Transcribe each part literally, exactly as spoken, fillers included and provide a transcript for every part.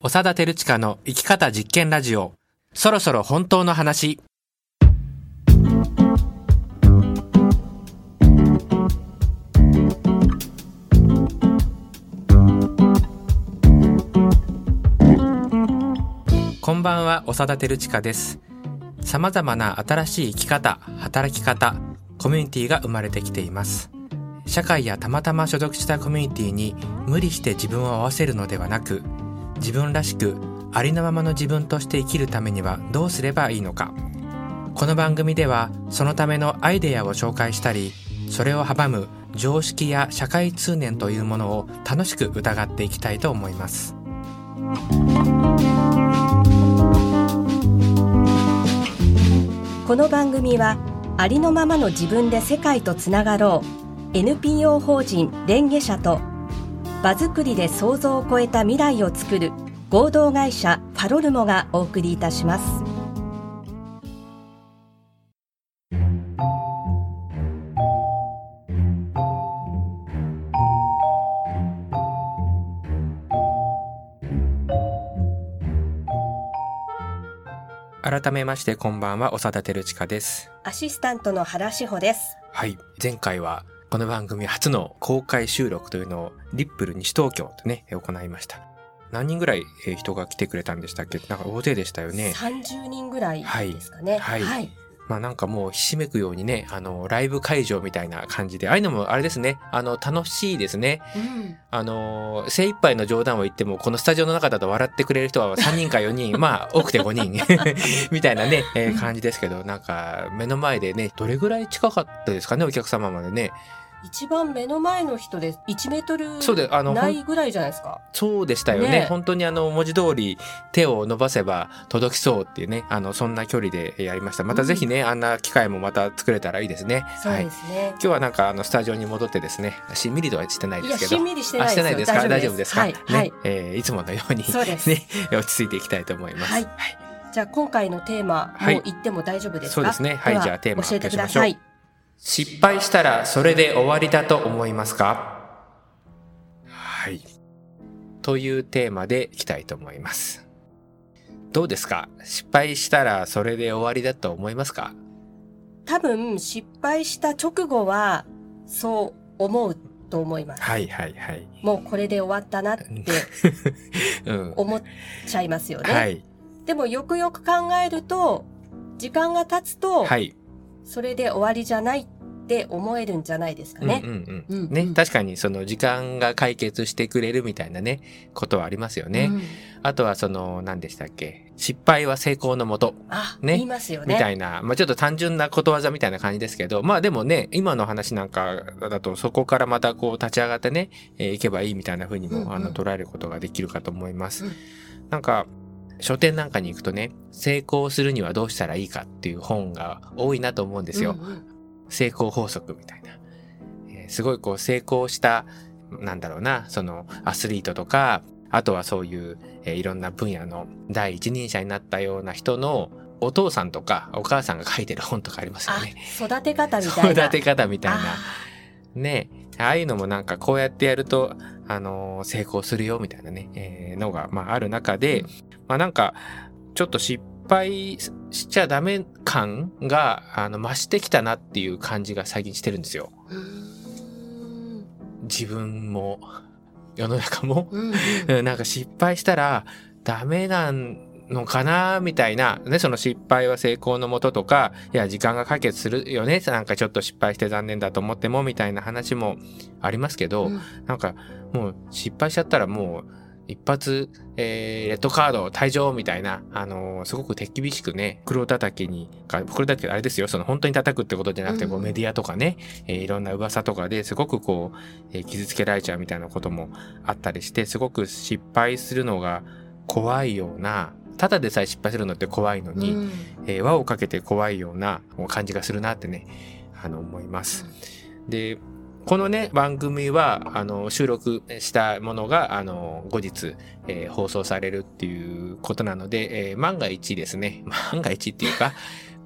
長田照親の生き方実験ラジオ。そろそろ本当の話。こんばんは、長田照親です。さまざまな新しい生き方、働き方、コミュニティが生まれてきています。社会やたまたま所属したコミュニティに無理して自分を合わせるのではなく、自分らしくありのままの自分として生きるためにはどうすればいいのか。この番組ではそのためのアイデアを紹介したり、それを阻む常識や社会通念というものを楽しく疑っていきたいと思います。 この番組はありのままの自分で世界とつながろう エヌピーオー 法人蓮華社と場づくりで想像を超えた未来を作る合同会社ファロルモがお送りいたします。 改めましてこんばんは、長田照親です。 アシスタントの原志保です。 はい、前回はこの番組初の公開収録というのをリップル西東京でね行いました。何人ぐらい人が来てくれたんでしたっけ？なんか大勢でしたよね。 さんじゅうにんぐらいですかね。 はい、はいはい、 まあなんかもうひしめくようにね、あのライブ会場みたいな感じで、ああいうのもあれですね、あの楽しいですね、うん、あの精一杯の冗談を言ってもこのスタジオの中だと笑ってくれる人はさんにんかよにんまあ多くてごにんみたいなね、えー、感じですけど、なんか目の前でね、どれぐらい近かったですかね、お客様までね。 一番目の前の人でいちメートルないぐらいじゃないですか。 そうでしたよね。ね、本当にあの文字通り手を伸ばせば届きそうっていうね、あのそんな距離でやりました。またぜひね、うん、あんな機会もまた作れたらいいですね。 そうですね。はい、 今日はなんかあのスタジオに戻ってですね、しんみりとはしてないですけど。 いや、しんみりしてないですよ。 してないですか？大丈夫ですか？はい、 ね、はい、 えー、いつものようにそうですね、落ち着いていきたいと思います。 はい。はい、じゃあ今回のテーマも言っても大丈夫ですか？ はい、そうですね。はい、じゃあテーマ教えてください。 失敗したらそれで終わりだと思いますか？はい。というテーマでいきたいと思います。どうですか？失敗したらそれで終わりだと思いますか？ 多分失敗した直後はそう思うと思います。 はいはいはい。 もうこれで終わったなって思っちゃいますよね。はい、でもよくよく考えると、時間が経つと、はい、それで終わりじゃないって思えるんじゃないですかね。 ね、確かにその時間が解決してくれるみたいなね、ことはありますよね。うん、あとはその何でしたっけ、失敗は成功のもと、 ね、言いますよね。 みたいな、まあちょっと単純なことわざみたいな感じですけど、まあでもね、今の話なんかだとそこからまたこう立ち上がってね、えー、いけばいいみたいな風にも、うんうん、あの捉えることができるかと思います。うん、なんか書店なんかに行くとね、成功するにはどうしたらいいかっていう本が多いなと思うんですよ。うんうん、成功法則みたいな、えー、すごいこう成功したなんだろうな、そのアスリートとか、あとはそういう、えー、いろんな分野の第一人者になったような人のお父さんとかお母さんが書いてる本とかありますよね。 育て方みたいな。 育て方みたいなね、ああいうのもなんかこうやってやると、あのー、成功するよみたいなね、えー、のが、まあ、ある中で、うん、まあなんかちょっと失敗しちゃダメ感があの増してきたなっていう感じが最近してるんですよ。うーん、自分も世の中も、うんうん、なんか失敗したらダメなんのかなみたいなね、その失敗は成功のもととか、いや時間が解決するよね、なんかちょっと失敗して残念だと思ってもみたいな話もありますけど、うん、なんかもう失敗しちゃったらもう一発、えー、レッドカード退場みたいな、あのー、すごく手厳しくね、黒叩きに、黒叩きあれですよ、その本当に叩くってことじゃなくて、こうメディアとかね、えー、いろんな噂とかですごくこう、えー、傷つけられちゃうみたいなこともあったりして、すごく失敗するのが怖いような、ただでさえ失敗するのって怖いのに、うん、えー、輪をかけて怖いような感じがするなってね、あの思います。で、このね番組はあの収録したものがあの後日、えー、放送されるっていうことなので、えー、万が一ですね、万が一っていうか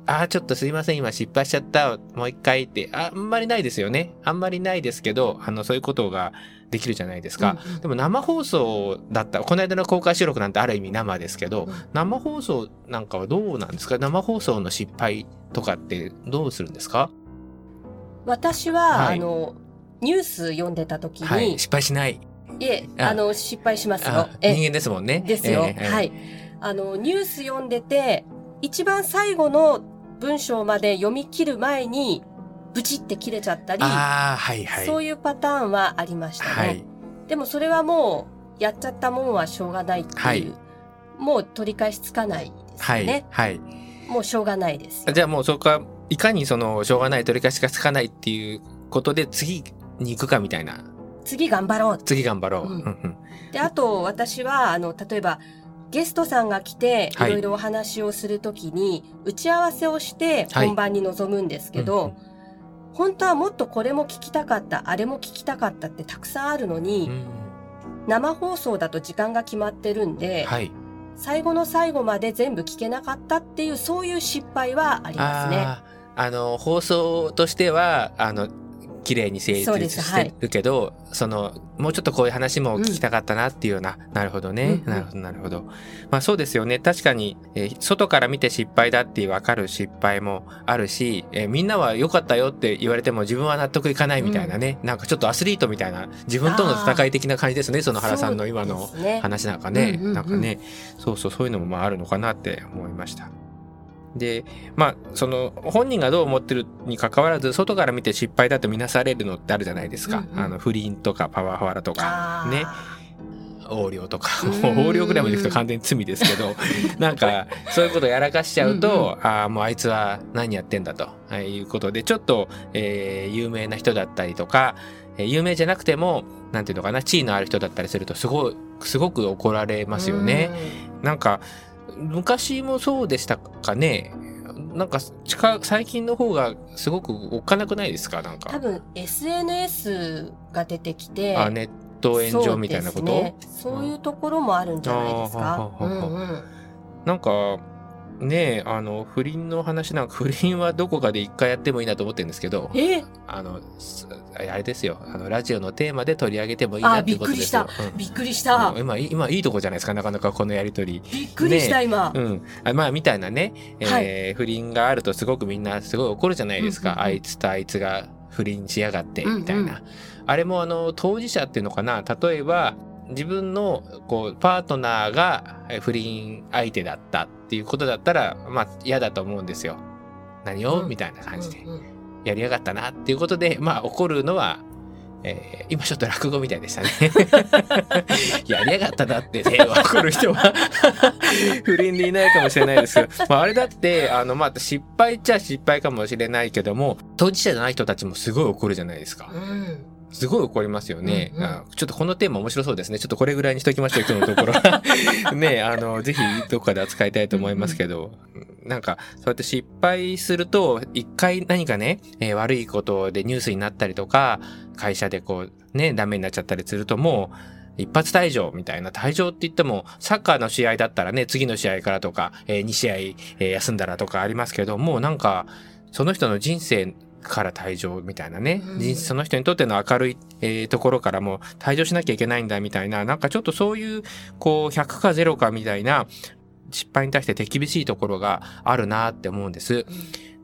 ああ、ちょっとすいません、今失敗しちゃった、もう一回って、あんまりないですよね。あんまりないですけど、あの、そういうことができるじゃないですか。うんうん、でも生放送だったら、この間の公開収録なんてある意味生ですけど、うん、生放送なんかはどうなんですか？生放送の失敗とかってどうするんですか？ 私は、はい、あの、ニュース読んでた時に、はい、 失敗しない。 いえ、あの、失敗しますよ。 人間ですもんね。 ですよ。えー、はい。あの、ニュース読んでて、一番最後の文章まで読み切る前に、ブチって切れちゃったり、 あ、はいはい、 そういうパターンはありましたね。はい、でもそれはもう、やっちゃったもんはしょうがないっていう、はい、もう取り返しつかないですよね。はい。はい、もうしょうがないですよ。 じゃあもうそこはいかにその、しょうがない、取り返しがつかないっていうことで、次に行くかみたいな。 次頑張ろう。 次頑張ろう。うんうん、で、あと私は、あの、例えば、ゲストさんが来て、いろいろお話をするときに、打ち合わせをして本番に臨むんですけど、はいうんうん、本当はもっとこれも聞きたかった、あれも聞きたかったってたくさんあるのに、うん、生放送だと時間が決まってるんで、はい、最後の最後まで全部聞けなかったっていう、そういう失敗はありますね。 あ、あの、放送としては、あの、綺麗に成立してるけど、そ, はい、そのもうちょっとこういう話も聞きたかったなっていうような、うん、なるほどね、うんうん、なるほどなるほど。まあそうですよね。確かに、えー、外から見て失敗だって分かる失敗もあるし、えー、みんなは良かったよって言われても自分は納得いかないみたいなね、うん、なんかちょっとアスリートみたいな自分との戦い的な感じですね。その原さんの今の話なんかね、なんかね、そうそうそういうのもまああるのかなって思いました。で、まあ、その、本人がどう思ってるに関わらず、外から見て失敗だとみなされるのってあるじゃないですか。うんうん、あの、不倫とかパワハラとか、ね。横領とか、横領ぐらいまでいくと完全に罪ですけど、なんか、そういうことをやらかしちゃうと、うんうん、ああ、もうあいつは何やってんだということで、ちょっと、えー、有名な人だったりとか、有名じゃなくても、なんていうのかな、地位のある人だったりすると、すごい、すごく怒られますよね。なんか、昔もそうでしたかね。なんか近最近の方がすごくおっかなくないですか？なんか多分 エスエヌエス が出てきて、 あ、ネット炎上みたいなこと？そうですね、そういうところもあるんじゃないですか。 なんかねえ、あの不倫の話なんか、不倫はどこかで一回やってもいいなと思ってるんですけど、 えあのあれですよ、あのラジオのテーマで取り上げてもいいなっていうことですよ。 びっくりした、 うん、びっくりした。今今いいとこじゃないですか、なかなかこのやりとり。 びっくりした、ね、今。 うん、あ、まあみたいなね、えーはい、不倫があるとすごくみんなすごい怒るじゃないですか。うんうんうん、あいつとあいつが不倫しやがってみたいな。うんうん、あれもあの当事者っていうのかな、例えば。自分のこうパートナーが不倫相手だったっていうことだったら、まあ嫌だと思うんですよ。何を、うん、みたいな感じで、うんうん、やりやがったなっていうことで、まあ怒るのは、えー、今ちょっと落語みたいでしたね。やりやがったなってね、怒る人は不倫でいないかもしれないですけど、まあ、あれだってあの、まあ、失敗っちゃ失敗かもしれないけども、当事者じゃない人たちもすごい怒るじゃないですか。うん、すごい怒りますよね、うんうん、ちょっとこのテーマ面白そうですね。ちょっとこれぐらいにしときましょう、今日のところ。ね、あの、ぜひどこかで扱いたいと思いますけど、うんうん、なんか、そうやって失敗すると、一回何かね、えー、悪いことでニュースになったりとか、会社でこう、ね、ダメになっちゃったりすると、もう、一発退場みたいな。退場って言っても、サッカーの試合だったらね、次の試合からとか、えー、に試合、えー、休んだらとかありますけど、もうなんか、その人の人生、から退場みたいなね、うん、その人にとっての明るい、えー、ところからも退場しなきゃいけないんだみたいな、なんかちょっとそういうこうひゃくかゼロかみたいな失敗に対して手厳しいところがあるなって思うんです、うん、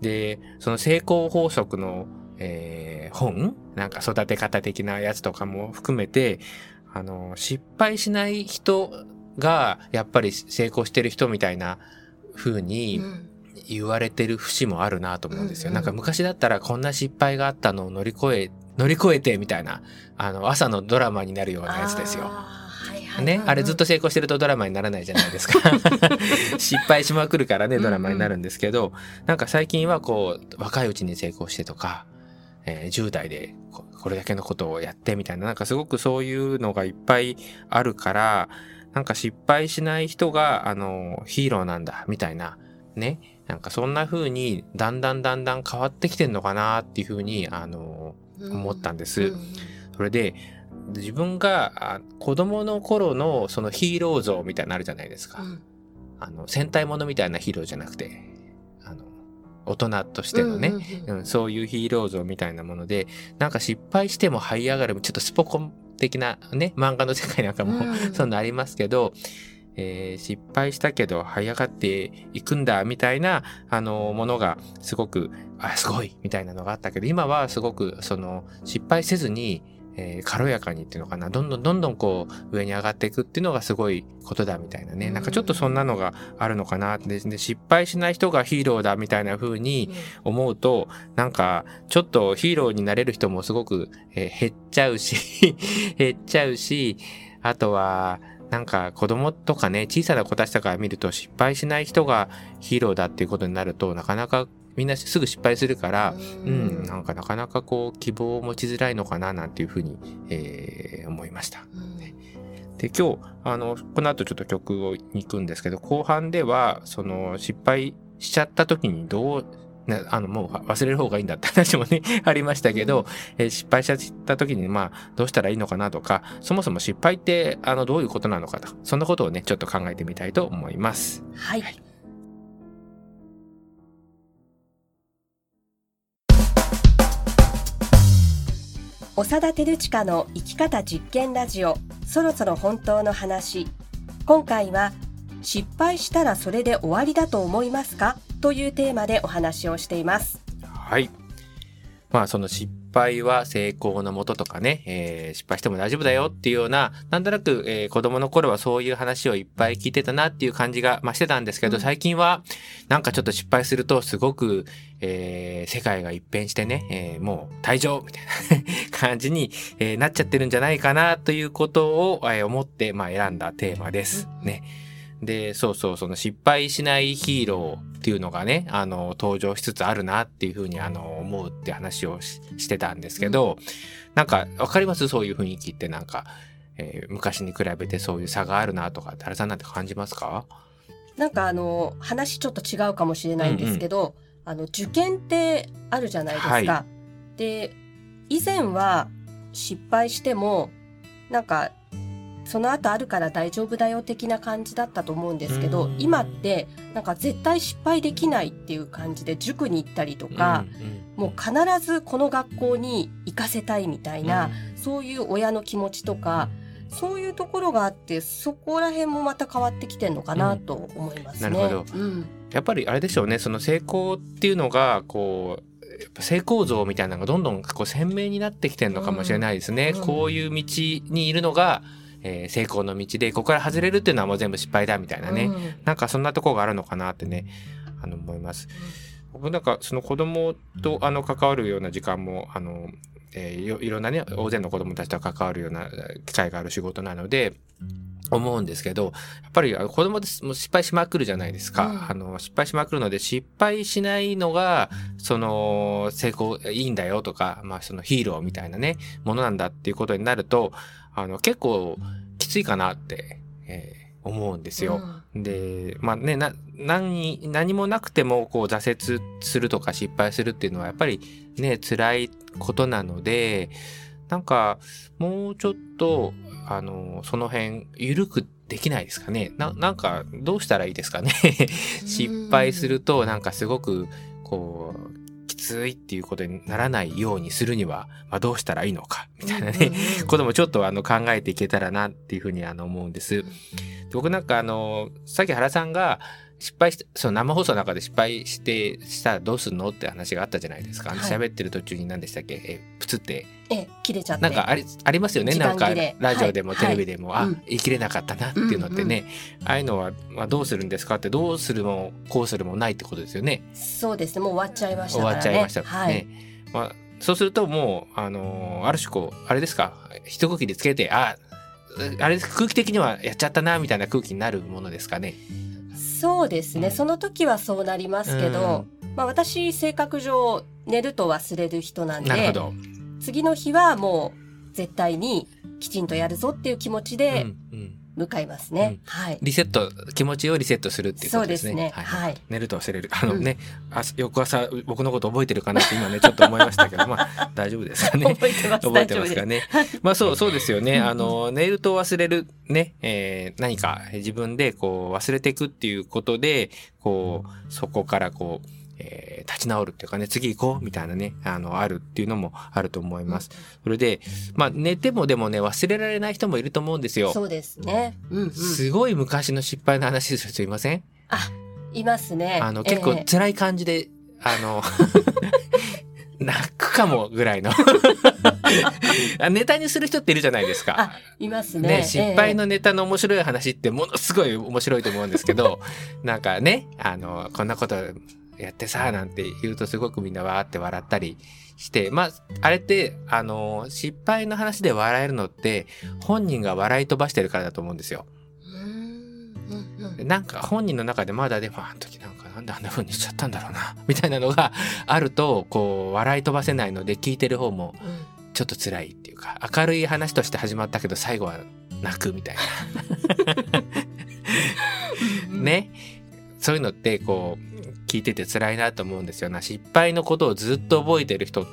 でその成功法則の、えー、本なんか育て方的なやつとかも含めて、あの失敗しない人がやっぱり成功してる人みたいな風に、うん言われてる節もあるなと思うんですよ、うんうん、なんか昔だったらこんな失敗があったのを乗り越え乗り越えてみたいな、あの朝のドラマになるようなやつですよ。はいはい、ね、あれずっと成功してるとドラマにならないじゃないですか。失敗しまくるからねドラマになるんですけど、うんうん、なんか最近はこう若いうちに成功してとか、えー、じゅう代でこれだけのことをやってみたいな、なんかすごくそういうのがいっぱいあるから、なんか失敗しない人があのヒーローなんだみたいなね、なんかそんな風にだんだんだんだん変わってきてんのかなっていう風にあの思ったんです、うんうん、それで自分が子供の頃のそのヒーロー像みたいなのあるじゃないですか、うん、あの戦隊ものみたいなヒーローじゃなくて、あの大人としてのね、 うんうんうんうん、そういうヒーロー像みたいなもので、なんか失敗しても這い上がる、ちょっとスポコン的なね、漫画の世界なんかも、 うん、 そんなありますけど、えー、失敗したけど這い上がっていくんだみたいなあのものがすごくあすごいみたいなのがあったけど、今はすごくその失敗せずに、えー、軽やかにっていうのかな、どんどんどんどんこう上に上がっていくっていうのがすごいことだみたいなね、なんかちょっとそんなのがあるのかなって、で失敗しない人がヒーローだみたいな風に思うと、なんかちょっとヒーローになれる人もすごく、えー、減っちゃうし減っちゃうし、あとはなんか子供とかね、小さな子たちとか見ると失敗しない人がヒーローだっていうことになると、なかなかみんなすぐ失敗するから、うん、うん、なんかなかなかこう希望を持ちづらいのかななんていうふうに、えー、思いました。うん、で今日あのこの後ちょっと曲をに行くんですけど、後半ではその失敗しちゃった時にどうね、あのもう忘れる方がいいんだって話もねありましたけど、うん、えー、失敗しちゃった時にまあどうしたらいいのかなとか、そもそも失敗ってあのどういうことなのかと、そんなことをねちょっと考えてみたいと思います。 はい、はい、長田照親の生き方実験ラジオ、そろそろ本当の話。今回は失敗したらそれで終わりだと思いますかというテーマでお話をしています。 はい。まあその失敗は成功のもととかね、えー、失敗しても大丈夫だよっていうような、なんとなく、えー、子供の頃はそういう話をいっぱい聞いてたなっていう感じが、まあ、してたんですけど、うん、最近はなんかちょっと失敗するとすごく、えー、世界が一変してね、えー、もう退場みたいな感じに、えー、なっちゃってるんじゃないかなということを、えー、思って、まあ、選んだテーマですね。で、そうそう、その失敗しないヒーローっていうのがね、あの、登場しつつあるなっていうふうに、あの、思うって話を し, してたんですけど、うん、なんか、わかります？そういう雰囲気ってなんか、えー、昔に比べてそういう差があるなとか、原さんなんて感じますか？ なんかあの、話ちょっと違うかもしれないんですけど、うんうん、あの、受験ってあるじゃないですか。はい、で、以前は失敗しても、なんか、その後あるから大丈夫だよ的な感じだったと思うんですけど、今ってなんか絶対失敗できないっていう感じで塾に行ったりとか、もう必ずこの学校に行かせたいみたいな、そういう親の気持ちとか、そういうところがあって、そこら辺もまた変わってきてるのかなと思いますね。 うん、なるほど、うん、やっぱりあれでしょうね、その成功っていうのがこうやっぱ成功像みたいなのがどんどんこう鮮明になってきてるのかもしれないですね。うんうん、こういう道にいるのがえー、成功の道で、ここから外れるっていうのはもう全部失敗だみたいなね、うん、なんかそんなところがあるのかなってね、あの思います。うん、僕なんかその子供とあの関わるような時間もあの、えー、いろんなね大勢の子供たちと関わるような機会がある仕事なので思うんですけど、やっぱり子供でも失敗しまくるじゃないですか。うん、あの失敗しまくるので、失敗しないのがその成功いいんだよとか、まあそのヒーローみたいなねものなんだっていうことになると、あの結構きついかなって、えー、思うんですよ。うん、で、まあね、な何何もなくてもこう挫折するとか失敗するっていうのはやっぱりね辛いことなので、なんかもうちょっとあのその辺緩くできないですかね。ななんかどうしたらいいですかね。失敗するとなんかすごくこうきついっていうことにならないようにするには、まあ、どうしたらいいのかみたいなね、うん、こともちょっとあの考えていけたらなっていうふうにあの思うんです。僕なんかあのさっき原さんが失敗して、その生放送の中で失敗してしたらどうするのって話があったじゃないですか。喋、はい、ってる途中に何でしたっけ、えプツってえ切れちゃって、 なんかありありますよね。なんかラジオでもテレビでも、はい、あ、うん、言い切れなかったなっていうのってね、うんうん、ああいうのは、まあ、どうするんですかって、どうするもこうするもないってことですよね。 そうですね、もう終わっちゃいましたからね。 終わっちゃいましたね。 はい、 まあ、そうするともうあのー、ある種こうあれですか、一呼吸でつけて、ああれ空気的にはやっちゃったなみたいな空気になるものですかね。 そうですね、うん、その時はそうなりますけど、うん、まあ、私性格上寝ると忘れる人なんで、なるほど、次の日はもう絶対にきちんとやるぞっていう気持ちで向かいますね。うんうん、はい、 リセット、気持ちをリセットするっていうことですね。 そうですね。 はいはい、 寝ると忘れる。あのね、うん、あ翌朝僕のこと覚えてるかなって今ねちょっと思いましたけど、まあ大丈夫ですかね。 覚えてます。 覚えてますかね。まあそうそうですよね。あの寝ると忘れるね、えー、何か自分でこう忘れていくっていうことで、こうそこからこう。 えー、立ち直るっていうかね、次行こうみたいなね、あの、あるっていうのもあると思います。それで、まあ、寝てもでもね、忘れられない人もいると思うんですよ。 そうですね。うんうん、 すごい昔の失敗の話する人いません？ あ、いますね。 あの、結構辛い感じで、えー、あの、泣くかもぐらいのネタにする人っているじゃないですか。 あ、いますね。 ね、失敗のネタの面白い話ってものすごい面白いと思うんですけど、なんかね、あの、こんなことやってさ、なんて言うとすごくみんなわーって笑ったりして、まあ、あれって、あの、失敗の話で笑えるのって、本人が笑い飛ばしてるからだと思うんですよ。なんか本人の中でまだでも、あの時なんかなんであんな風にしちゃったんだろうな、みたいなのがあると、こう、笑い飛ばせないので、聞いてる方も、ちょっと辛いっていうか、明るい話として始まったけど、最後は泣くみたいな。ね。そういうのって、こう、聞いてて辛いなと思うんですよな。失敗のことをずっと覚えてる人って、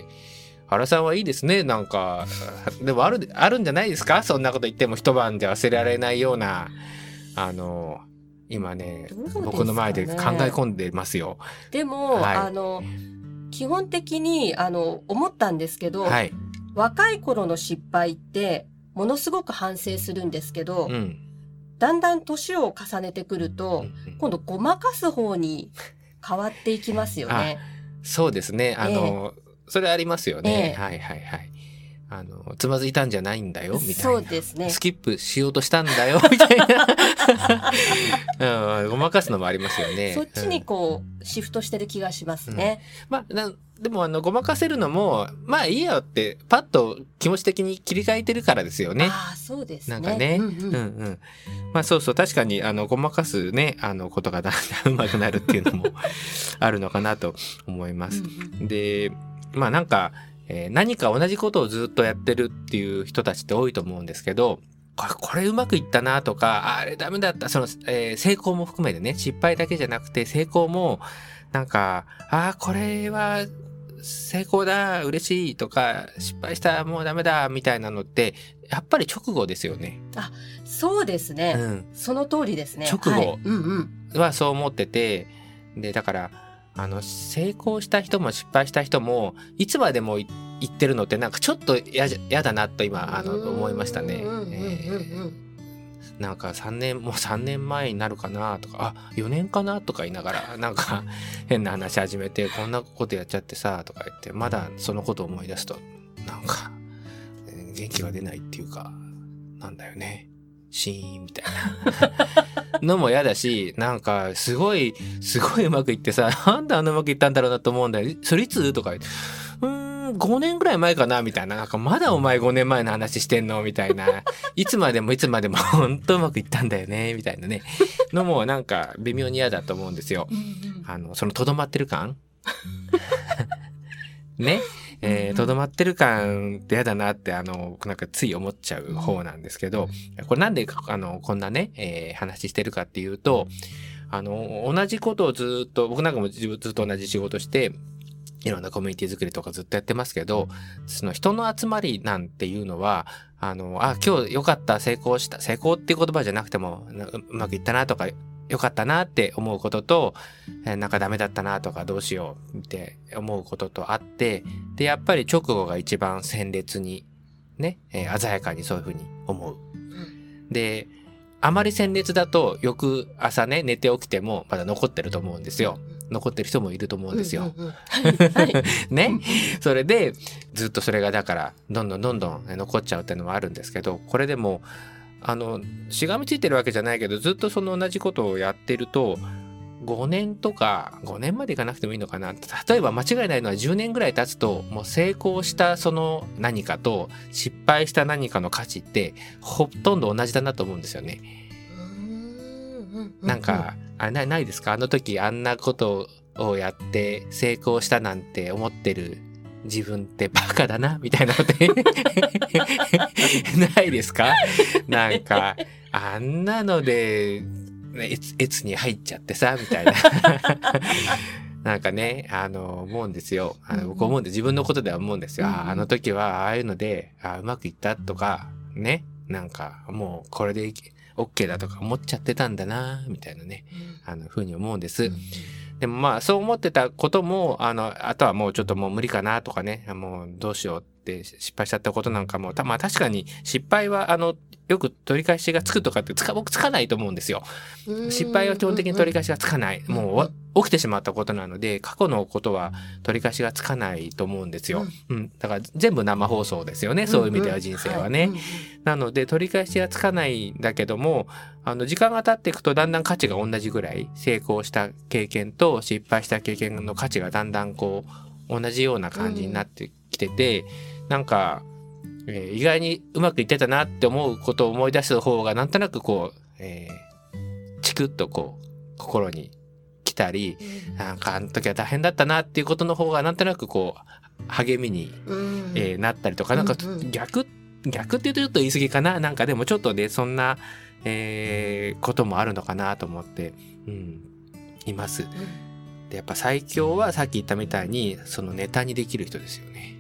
原さんはいいですね。なんか、でもある、あるんじゃないですか？そんなこと言っても一晩で忘れられないような、あの、今ね、ね、僕の前で考え込んでますよ。 でも、はい、あの、基本的に、あの、思ったんですけど、はい、若い頃の失敗って、ものすごく反省するんですけど、うん、だんだん年を重ねてくると、うんうん、今度ごまかす方に変わっていきますよね。 そうですね。あの、えー、それありますよね。えー、はいはいはい。あの、つまずいたんじゃないんだよ、みたいな。 そうですね。 スキップしようとしたんだよ、みたいな、うん。ごまかすのもありますよね。 そっちにこう、うん、シフトしてる気がしますね。 うん、まあ、なでもあの、ごまかせるのも、まあいいよって、パッと気持ち的に切り替えてるからですよね。 ああ、そうですね。 なんかね。うんうん。うんうん。まあそうそう、確かに、あの、ごまかすね、あの、ことがだんだん上手くなるっていうのもあるのかなと思います。うんうん、で、まあなんか、えー、何か同じことをずっとやってるっていう人たちって多いと思うんですけど、これ、これうまくいったなとか、あれダメだった、その、えー、成功も含めてね、失敗だけじゃなくて成功も、なんか、ああ、これは成功だ、嬉しいとか、失敗した、もうダメだ、みたいなのって、やっぱり直後ですよね。 あ、そうですね。うん、その通りですね。 直後はそう思ってて、で、だから、あの、成功した人も失敗した人も、いつまでも言ってるのってなんかちょっとや、やだなと今、あの、思いましたね。なんかさんねん、もうさんねんまえになるかなとか、あ、よねんかなとか言いながら、なんか変な話始めて、こんなことやっちゃってさ、とか言って、まだそのことを思い出すと、なんか、元気が出ないっていうか、なんだよね。シーンみたいなのも嫌だし、なんかすごいすごいうまくいってさ、なんであんなうまくいったんだろうなと思うんだよ。それいつとか言って、うーんごねんぐらい前かなみたいな、なんかまだお前ごねんまえの話してんのみたいな、いつまでもいつまでも本当うまくいったんだよねみたいなねのもなんか微妙に嫌だと思うんですよ。あのそのとどまってる感ね。えー、とどまってる感ってやだなって、あの、なんかつい思っちゃう方なんですけど、これなんで、あの、こんなね、えー、話してるかっていうと、あの、同じことをずっと、僕なんかもずっと同じ仕事して、いろんなコミュニティ作りとかずっとやってますけど、その人の集まりなんていうのは、あの、あ、今日良かった、成功した、成功っていう言葉じゃなくても、うまくいったなとか、良かったなって思うことと、えー、なんかダメだったなとかどうしようって思うこととあって、で、やっぱり直後が一番鮮烈に、ね、えー、鮮やかにそういうふうに思う。で、あまり鮮烈だと翌朝ね、寝て起きてもまだ残ってると思うんですよ。残ってる人もいると思うんですよ。ね。それで、ずっとそれがだから、どんどんどんどん残っちゃうっていうのはあるんですけど、これでも、あの、しがみついてるわけじゃないけど、ずっとその同じことをやってると、ごねんとか、ごねんまでいかなくてもいいのかな。例えば間違いないのはじゅうねんぐらい経つと、もう成功したその何かと失敗した何かの価値って、ほとんど同じだなと思うんですよね。なんか、あな、ないですか？あの時あんなことをやって成功したなんて思ってる自分ってバカだなみたいなのってないですか？なんかあんなのでエツ、エツに入っちゃってさみたいななんかね、あの思うんですよ。あの僕思うんで自分のことでは思うんですよ。あ、あの時はああいうのであうまくいったとかね、なんかもうこれでオッケーだとか思っちゃってたんだなみたいなね、あのふうに思うんです。 でもまあそう思ってたことも、あの、あとはもうちょっともう無理かなとかね、もうどうしようって失敗しちゃったことなんかも、たまあ確かに失敗はあの、よく取り返しがつくとかってつか僕つかないと思うんですよ。失敗は基本的に取り返しがつかない。もう起きてしまったことなので、過去のことは取り返しがつかないと思うんですよ。うん。だから全部生放送ですよね。そういう意味では人生はね。なので取り返しがつかないんだけども、あの時間が経っていくとだんだん価値が同じぐらい、成功した経験と失敗した経験の価値がだんだんこう同じような感じになってきてて、うん、なんか、えー、意外にうまくいってたなって思うことを思い出す方がなんとなくこう、えー、チクッとこう心に来たり、うん、なんかあの時は大変だったなっていうことの方がなんとなくこう励みに、うんえー、なったりとか、なんか逆逆って言うとちょっと言い過ぎかな、なんかでもちょっとねそんな、えー、こともあるのかなと思って、うん、います。でやっぱ最強はさっき言ったみたいにそのネタにできる人ですよね。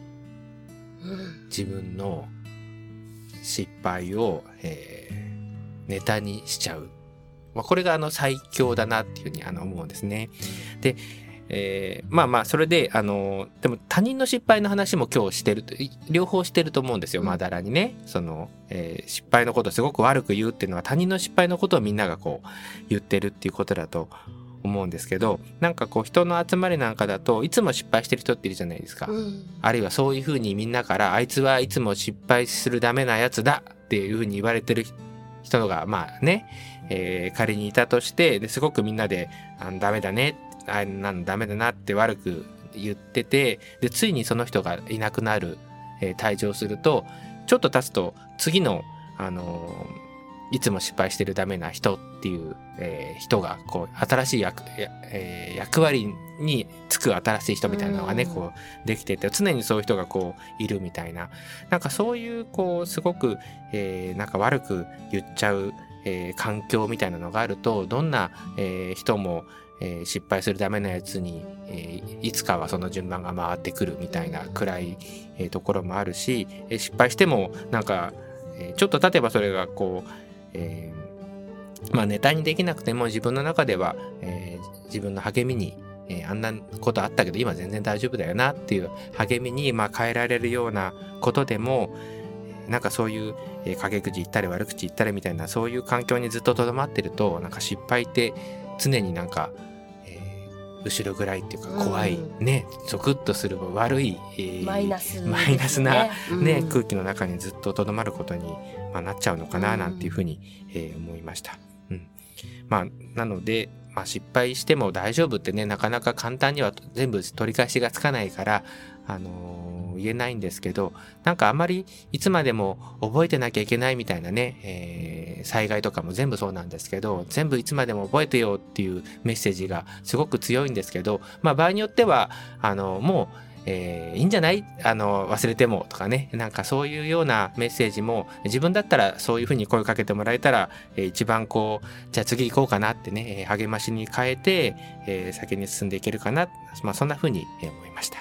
自分の失敗を、えー、ネタにしちゃう、まあ、これがあの最強だなっていうふうにあの思うんですね。で、えー、まあまあそれであのでも他人の失敗の話も今日してると両方してると思うんですよ。まだらにねその、えー、失敗のことをすごく悪く言うっていうのは他人の失敗のことをみんながこう言ってるっていうことだと思うんですけど、なんかこう人の集まりなんかだといつも失敗してる人っているじゃないですか、うん、あるいはそういうふうにみんなからあいつはいつも失敗するダメなやつだっていうふうに言われてる人がまあね、えー、仮にいたとして、ですごくみんなであダメだねあなんダメだなって悪く言ってて、でついにその人がいなくなる、えー、退場するとちょっと経つと次のあのーいつも失敗してるダメな人っていう、えー、人がこう新しい 役,、えー、役割に就く新しい人みたいなのがね、うん、こうできてて、常にそういう人がこういるみたいな、なんかそういうこうすごく、えー、なんか悪く言っちゃう、えー、環境みたいなのがあると、どんな、えー、人も、えー、失敗するダメなやつに、えー、いつかはその順番が回ってくるみたいな暗い、えー、ところもあるし、えー、失敗してもなんか、えー、ちょっと経てばそれがこうえー、まあネタにできなくても自分の中では、えー、自分の励みに、えー、あんなことあったけど今全然大丈夫だよなっていう励みに、まあ、変えられるようなことでも、なんかそういう、えー、陰口言ったり悪口言ったりみたいなそういう環境にずっととどまってると、なんか失敗って常になんか、えー、後ろ暗いっていうか怖い、うん、ねゾクッとする悪い、えー、 マイナス、ね、 マイナスな、ねうん、空気の中にずっととどまることにまあ、なっちゃうのかななんていうふうに、えー、思いました。うん、まあなので、まあ、失敗しても大丈夫ってねなかなか簡単には全部取り返しがつかないから、あのー、言えないんですけど、なんかあまりいつまでも覚えてなきゃいけないみたいなね、えー、災害とかも全部そうなんですけど、全部いつまでも覚えてよっていうメッセージがすごく強いんですけど、まあ場合によってはあのもうえー、いいんじゃないあの忘れてもとかね、なんかそういうようなメッセージも自分だったらそういうふうに声かけてもらえたら、えー、一番こうじゃあ次行こうかなってね、励ましに変えて、えー、先に進んでいけるかな、まあ、そんなふうに思いました。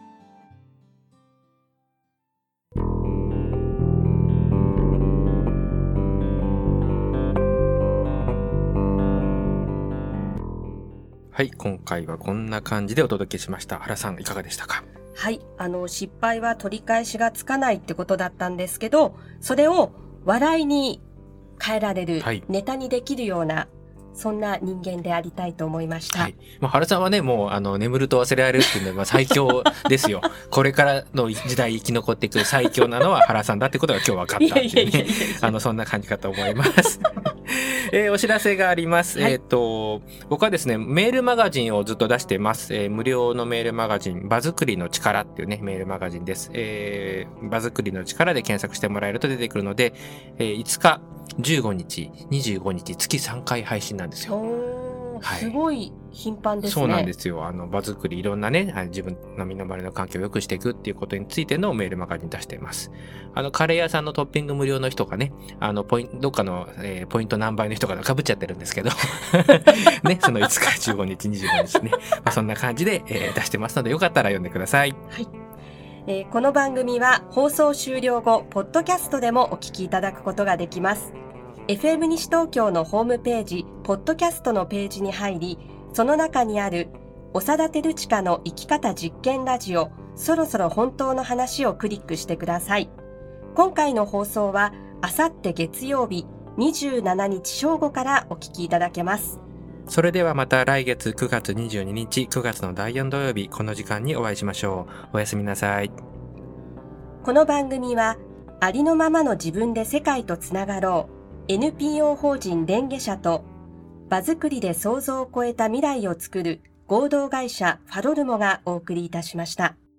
はい、今回はこんな感じでお届けしました。原さんいかがでしたか？ はい、あの失敗は取り返しがつかないってことだったんですけど、それを笑いに変えられる、はい、ネタにできるようなそんな人間でありたいと思いました。はい、 まあ、原さんはねもうあの眠ると忘れられるっていうのはまあ最強ですよ。これからの時代生き残っていく最強なのは原さんだってことが今日分かったっていうね、あのそんな感じかと思います。えー、お知らせがあります、はい、えーと僕はですねメールマガジンをずっと出しています、えー、無料のメールマガジンバズクリの力っていうねメールマガジンです、えー、バズクリの力で検索してもらえると出てくるので、えー、いつかじゅうごにちにじゅうごにち月さんかい配信なんですよ。 はい、すごい頻繁ですね。 そうなんですよ。あの場作りいろんなね自分の身の回りの環境を良くしていくっていうことについてのメールマガジン出しています。あのカレー屋さんのトッピング無料の人がね、あのポイントどっかの、えー、ポイント何倍の人がかぶっちゃってるんですけどね、そのいつかじゅうごにちにじゅうごにちね、まあ、そんな感じで、えー、出してますのでよかったら読んでください。 はい、えー、この番組は放送終了後ポッドキャストでもお聞きいただくことができます。エフエム 西東京のホームページポッドキャストのページに入り、 その中にある長田照親の生き方実験ラジオ、そろそろ本当の話をクリックしてください。今回の放送はあさって月曜日にじゅうしちにち正午からお聞きいただけます。 それではまた来月くがつにじゅうににち、くがつのだいよん土曜日、この時間にお会いしましょう。おやすみなさい。 この番組はありのままの自分で世界とつながろう エヌピーオー 法人レンゲ社と場づくりで想像を超えた未来をつくる合同会社ファロルモがお送りいたしました。